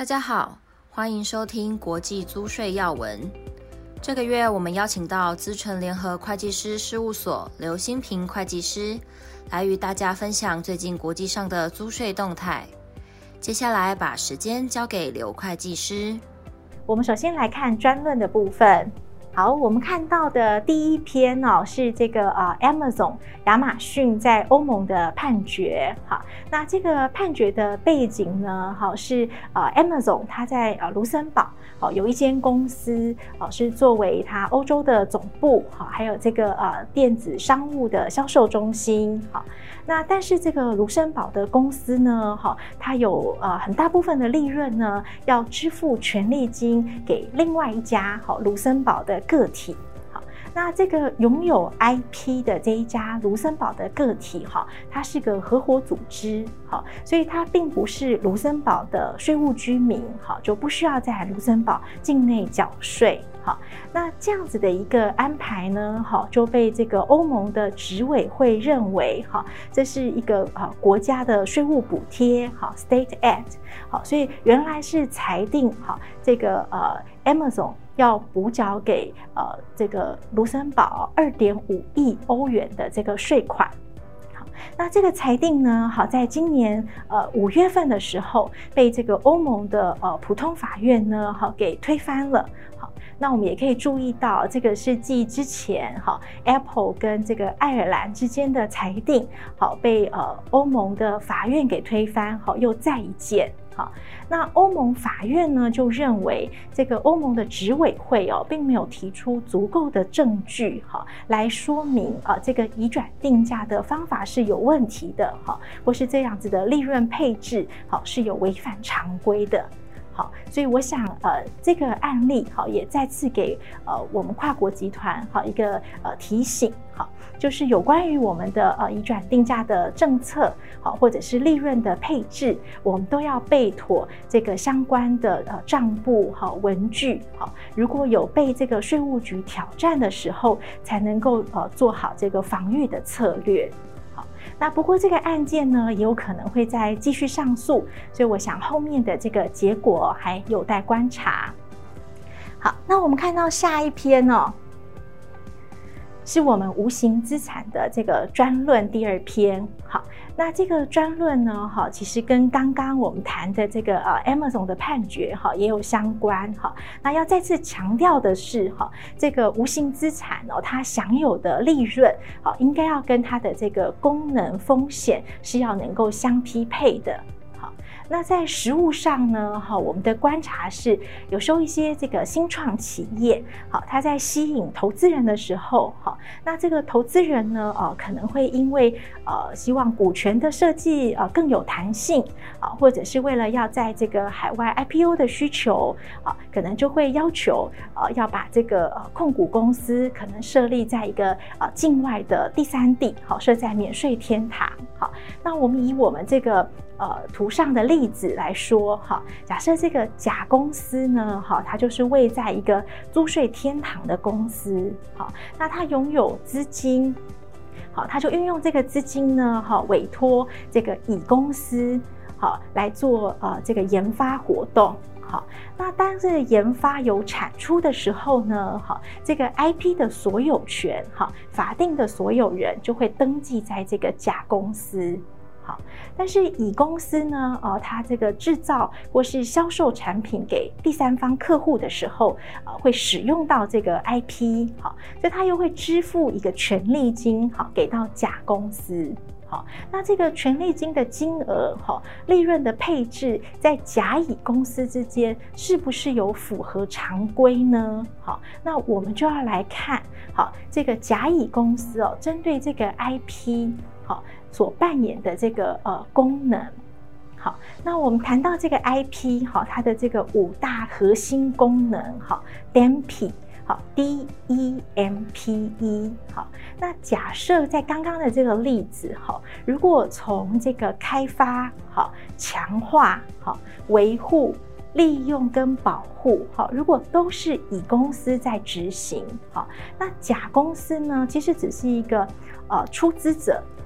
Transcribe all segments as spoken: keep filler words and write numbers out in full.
大家好，欢迎收听国际租税要闻。这个月我们邀请到资诚联合会计师事务所刘新平会计师来与大家分享最近国际上的租税动态。接下来把时间交给刘会计师。 我们首先来看专论的部分。好，我们看到的第一篇哦，是这个呃 Amazon 亚马逊在欧盟的判决。好，那这个判决的背景呢，好是呃 Amazon 它在呃卢森堡哦有一间公司哦是作为它欧洲的总部，好还有这个呃电子商务的销售中心。好，那但是这个卢森堡的公司呢，好它有呃很大部分的利润呢要支付权利金给另外一家好卢森堡的个体。好，那这个拥有 I P 的这一家卢森堡的个体哈，它是个合伙组织，好，所以它并不是卢森堡的税务居民，好，就不需要在卢森堡境内缴税。好，那这样子的一个安排呢，好就被这个欧盟的执委会认为，哈，这是一个啊国家的税务补贴，好 ，State Aid， 好，所以原来是裁定，好这个呃 Amazon 要补缴给呃这个卢森堡二点五亿欧元的这个税款。那这个裁定呢，好，在今年呃五月份的时候，被这个欧盟的呃普通法院呢，好给推翻了。好，那我们也可以注意到，这个是继之前好 Apple 跟这个爱尔兰之间的裁定，好被呃欧盟的法院给推翻，好又再一件。好，那欧盟法院呢就认为这个欧盟的执委会哦，并没有提出足够的证据哈，来说明啊这个移转定价的方法是有问题的哈，或是这样子的利润配置好是有违反常规的。好，所以我想，呃，这个案例好也再次给呃我们跨国集团好一个呃提醒，好，就是有关于我们的呃移转定价的政策，好或者是利润的配置，我们都要备妥这个相关的呃账簿好文具，好，如果有被这个税务局挑战的时候，才能够呃做好这个防御的策略。那不过这个案件呢，也有可能会再继续上诉，所以我想后面的这个结果还有待观察。好，那我们看到下一篇哦，是我们无形资产的这个专论第二篇。好，那这个专论呢，哈，其实跟刚刚我们谈的这个呃 Amazon 的判决哈也有相关哈。那要再次强调的是哈，这个无形资产哦，它享有的利润，好，应该要跟它的这个功能风险是要能够相匹配的。那在实务上呢，哈，我们的观察是，有时候一些这个新创企业，好，它在吸引投资人的时候，好，那这个投资人呢，呃，可能会因为呃希望股权的设计呃更有弹性，啊，或者是为了要在这个海外 I P O 的需求，啊，可能就会要求呃要把这个呃控股公司可能设立在一个呃境外的第三地，好，设在免税天堂，好，那我们以我们这个呃图上的例子来说，哈，假设这个甲公司呢，哈，它就是位在一个租税天堂的公司，好，那它拥有资金，好，它就运用这个资金呢，哈，委托这个乙公司，好，来做呃这个研发活动。好，那当这个研发有产出的时候呢，好，这个 I P 的所有权，好，法定的所有人就会登记在这个甲公司。好，但是乙公司呢，呃，它这个制造或是销售产品给第三方客户的时候，呃，会使用到这个 I P， 好，所以它又会支付一个权利金，好，给到甲公司。好，那这个权利金的金额，好，利润的配置，在甲乙公司之间是不是有符合常规呢？好，那我们就要来看，好，这个甲乙公司哦，针对这个 I P， 好，所扮演的这个呃功能。好，那我们谈到这个 I P， 好，它的这个五大核心功能，好 ，D E M P。好 ，D E M P E， 好，那假设在刚刚的这个例子，好，如果从这个开发、好强化、好维护、利用跟保护，好，如果都是乙公司在执行，好，那甲公司呢，其实只是一个呃出资者。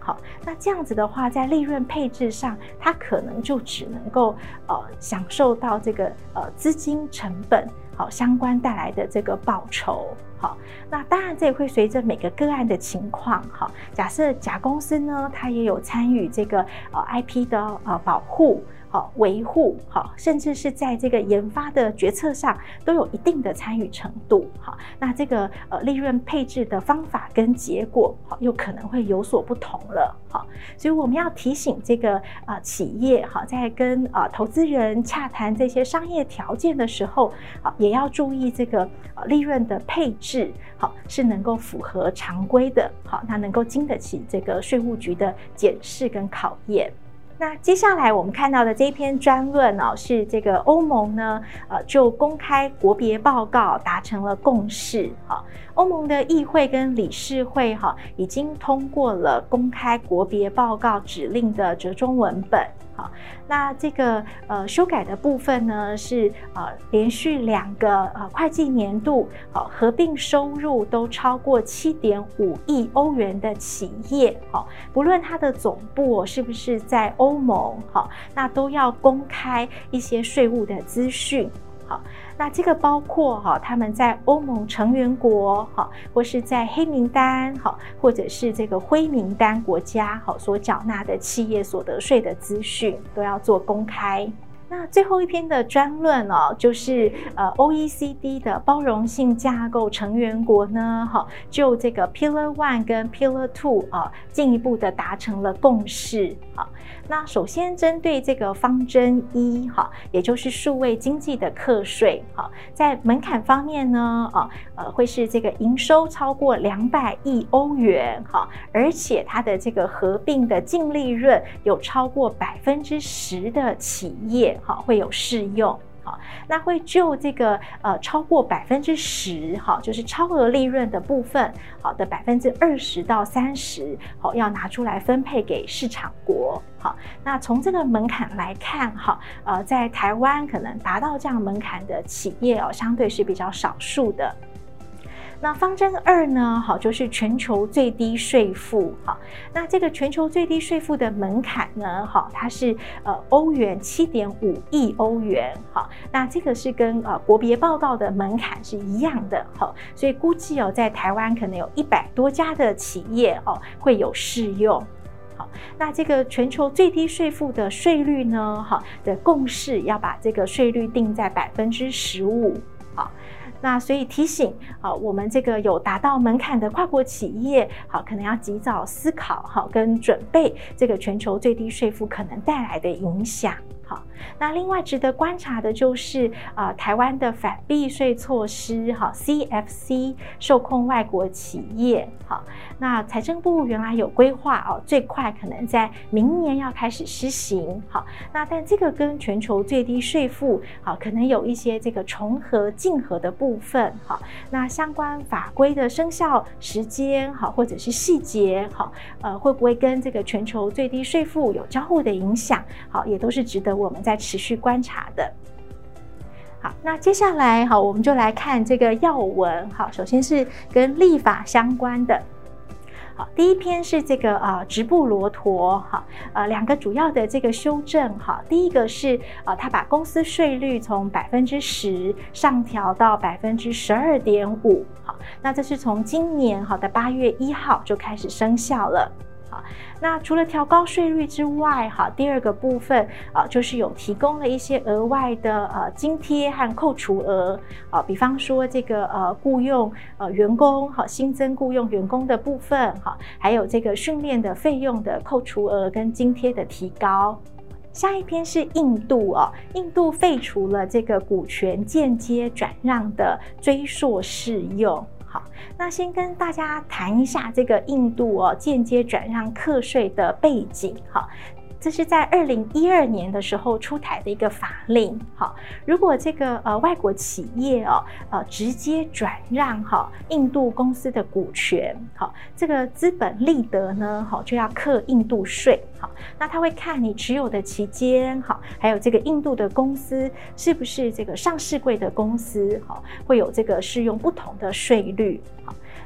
好，那这样子的话，在利润配置上，它可能就只能够呃享受到这个呃资金成本好相关带来的这个报酬。好，那当然这也会随着每个个案的情况。好，假设甲公司呢，它也有参与这个呃 I P 的呃保护。好，维护好，甚至是在这个研发的决策上都有一定的参与程度。好，那这个呃利润配置的方法跟结果，好，又可能会有所不同了。好，所以我们要提醒这个呃企业，好，在跟呃投资人洽谈这些商业条件的时候，好，也要注意这个呃利润的配置，好，是能够符合常规的，好，那能够经得起这个税务局的检视跟考验。那接下来我们看到的这篇专论哦，是这个欧盟呢，呃，就公开国别报告达成了共识。哈，欧盟的议会跟理事会哈已经通过了公开国别报告指令的折中文本。好，那这个呃修改的部分呢是呃连续两个呃会计年度好、呃、合并收入都超过七点五亿欧元的企业，好、呃，不论它的总部、哦、是不是在欧盟，好、呃，那都要公开一些税务的资讯。好，那这个包括哈，他们在欧盟成员国哈，或是在黑名单哈，或者是这个灰名单国家哈所缴纳的企业所得税的资讯都要做公开。那最后一篇的专论哦，就是呃 O E C D 的包容性架构成员国呢，哈，就这个 Pillar One 跟 Pillar Two 啊，进一步的达成了共识。好，那首先针对这个方针一，哈，也就是数位经济的课税，哈，在门槛方面呢，啊，呃，会是这个营收超过两百亿欧元，哈，而且它的这个合并的净利润有超过百分之十的企业。好，会有适用。好，那会就这个呃超过百分之十，好，就是超额利润的部分，好的百分之二十到三十，好，要拿出来分配给市场国。好，那从这个门槛来看，哈，呃，在台湾可能达到这样门槛的企业哦，相对是比较少数的。那方针二呢，好，就是全球最低税负，好，那这个全球最低税负的门槛呢，好，它是呃欧元七点五亿欧元，好，那这个是跟呃国别报告的门槛是一样的，好，所以估计哦，在台湾可能有一百多家的企业哦会有适用。好，那这个全球最低税负的税率呢，好的共识要把这个税率定在百分之十五，好。那所以提醒啊，我们这个有达到门槛的跨国企业，好，可能要及早思考好跟准备这个全球最低税负可能带来的影响。好，那另外值得观察的就是呃台湾的反避税措施，好 C F C 受控外国企业，好，那财政部原来有规划哦，最快可能在明年要开始施行，好，那但这个跟全球最低税负好可能有一些这个重合竞合的部分，好，那相关法规的生效时间好或者是细节好，呃会不会跟这个全球最低税负有交互的影响，好，也都是值得我们在持续观察的。好，那接下来好，我们就来看这个要闻。好，首先是跟立法相关的。好，第一篇是这个呃直布罗陀，好，呃两个主要的这个修正，哈，第一个是呃他把公司税率从百分之十上调到百分之十二点五，好，那这是从今年好的八月一号就开始生效了。好，那除了调高税率之外，哈，第二个部分啊，就是有提供了一些额外的呃津贴和扣除额啊，比方说这个呃雇佣呃员工，好，新增雇佣员工的部分，哈，还有这个训练的费用的扣除额跟津贴的提高。下一篇是印度哦，印度废除了这个股权间接转让的追溯适用。好，那先跟大家谈一下这个印度哦间接转让课税的背景。好，这是在二零一二年的时候出台的一个法令。好，如果这个呃外国企业哦呃直接转让哈印度公司的股权，好，这个资本利得呢，好就要课印度税。好，那他会看你持有的期间，好，还有这个印度的公司是不是这个上市柜的公司，好，会有这个适用不同的税率。好，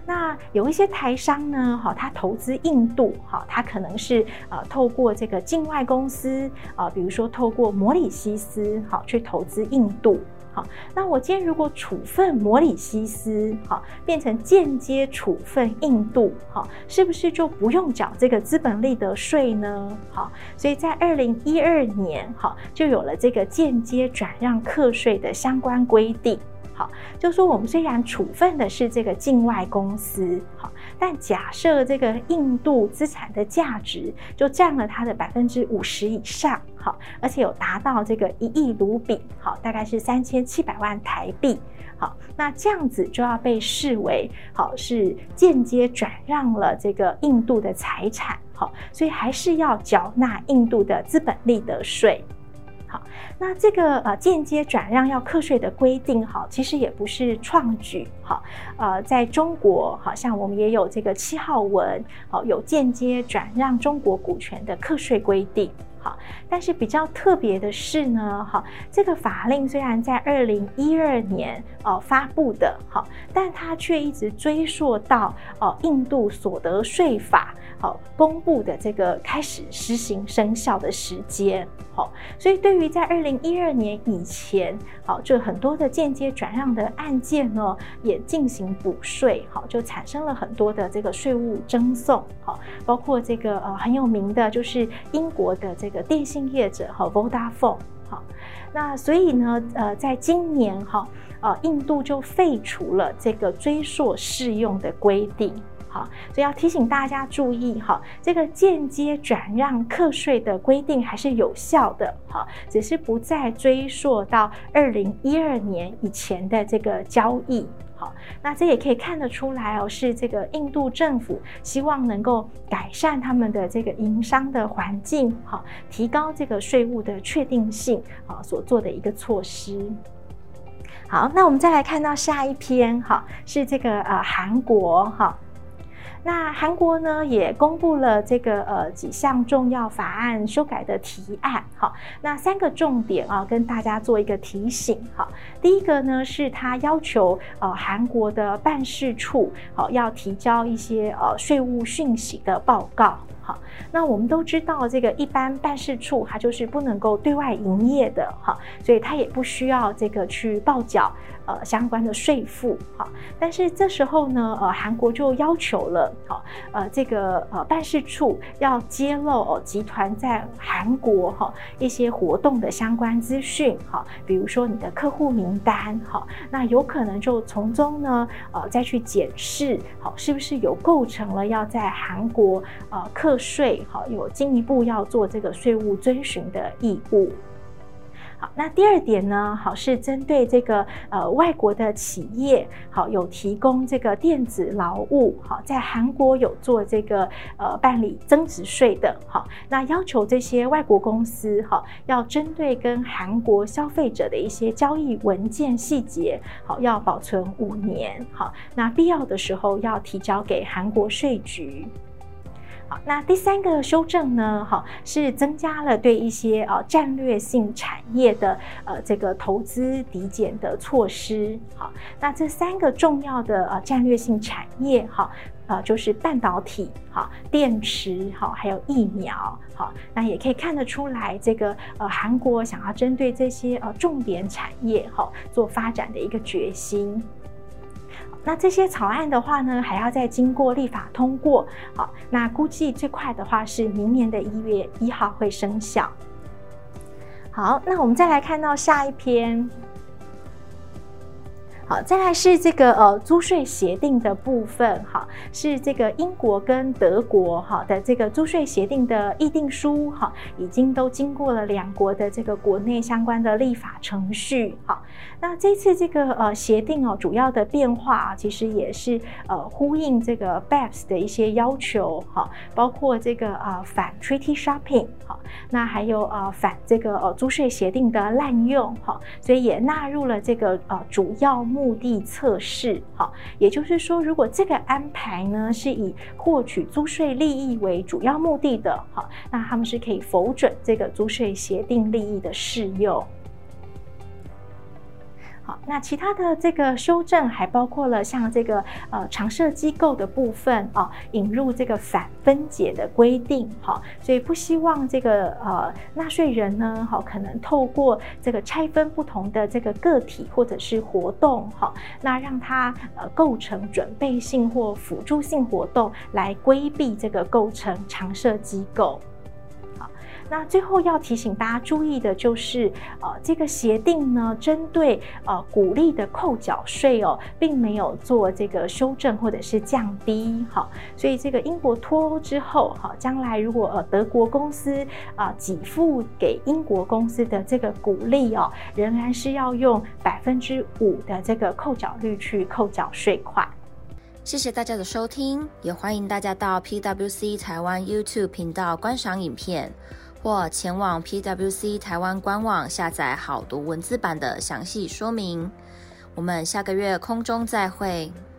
那有一些台商呢，哈，他投资印度，哈，他可能是呃透过这个境外公司，呃，比如说透过摩里西斯，好，去投资印度。好，那我今天如果处分摩里西斯，好，变成间接处分印度，好，是不是就不用缴这个资本利得税呢？好，所以在二零一二年，好，就有了这个间接转让课税的相关规定。好，就说我们虽然处分的是这个境外公司，好，但假设这个印度资产的价值就占了它的百分之五十以上，好，而且有达到这个一亿卢比，好，大概是三千七百万台币，好，那这样子就要被视为好是间接转让了这个印度的财产，好，所以还是要缴纳印度的资本利得税。好，那这个呃间接转让要课税的规定，好，其实也不是创举，好，呃，在中国，好像我们也有这个七号文，好，有间接转让中国股权的课税规定。好，但是比较特别的是呢，好，这个法令虽然在二零一二年呃发布的，好，但它却一直追溯到呃印度所得税法好公布的这个开始施行生效的时间。好，所以对于在二零一二年以前，好，就很多的间接转让的案件呢，也进行补税，好，就产生了很多的这个税务争讼，好，包括这个呃很有名的就是英国的这个电信业者和 Vodafone， 好，那所以呢，呃，在今年哈，呃，印度就废除了这个追溯适用的规定。好，所以要提醒大家注意哈，这个间接转让课税的规定还是有效的，哈，只是不再追溯到二零一二年以前的这个交易。好，那这也可以看得出来哦，是这个印度政府希望能够改善他们的这个营商的环境，好，提高这个税务的确定性，好，所做的一个措施。好，那我们再来看到下一篇，哈，是这个呃韩国，哈。那韩国呢也公布了这个呃几项重要法案修改的提案，好，那三个重点啊，跟大家做一个提醒，好，第一个呢是他要求呃韩国的办事处好要提交一些呃税务讯息的报告。好，那我们都知道，这个一般办事处它就是不能够对外营业的，哈，所以它也不需要这个去报缴呃相关的税负，哈。但是这时候呢，呃，韩国就要求了，哈，呃，这个呃办事处要揭露哦集团在韩国哈一些活动的相关资讯，哈，比如说你的客户名单，哈，那有可能就从中呢，呃，再去检视，好，是不是有构成了要在韩国呃课税，好，有进一步要做这个税务遵循的义务。好，那第二点呢，好是针对这个呃外国的企业，好有提供这个电子劳务，好在韩国有做这个呃办理增值税的，好那要求这些外国公司，好要针对跟韩国消费者的一些交易文件细节，好要保存五年，好那必要的时候要提交给韩国税局。好，那第三个修正呢，好是增加了对一些呃战略性产业的呃这个投资抵减的措施。好，那这三个重要的呃战略性产业，好呃就是半导体、好电池、好还有疫苗。好，那也可以看得出来，这个呃韩国想要针对这些呃重点产业，好做发展的一个决心。那这些草案的话呢，还要再经过立法通过，好，那估计最快的话是明年的一月一号会生效。好，那我们再来看到下一篇。好，再来是这个呃租税协定的部分，哈，是这个英国跟德国哈的这个租税协定的议定书，哈，已经都经过了两国的这个国内相关的立法程序，好，那这次这个呃协定哦，主要的变化啊，其实也是呃呼应这个 B E P S 的一些要求，哈，包括这个呃反 treaty shopping， 好，那还有呃反这个呃租税协定的滥用，哈，所以也纳入了这个呃主要目目的测试，好，也就是说，如果这个安排呢是以获取租税利益为主要目的的，好，那他们是可以否准这个租税协定利益的适用。 好，那其他的这个修正还包括了像这个呃常设机构的部分啊、哦，引入这个反分解的规定，好、哦，所以不希望这个呃纳税人呢，好、哦，可能透过这个拆分不同的这个个体或者是活动，好、哦，那让它呃构成准备性或辅助性活动，来规避这个构成常设机构。那最后要提醒大家注意的就是，呃，这个协定呢，针对呃股利的扣缴税哦，并没有做这个修正或者是降低，好，所以这个英国脱欧之后，好，将来如果呃德国公司啊、呃、给付给英国公司的这个股利哦，仍然是要用百分之五的这个扣缴率去扣缴税款。 谢谢大家的收听，也欢迎大家到 P W C 台湾 YouTube 频道观赏影片，或前往 P W C 台湾官网下载好读文字版的详细说明。我们下个月空中再会。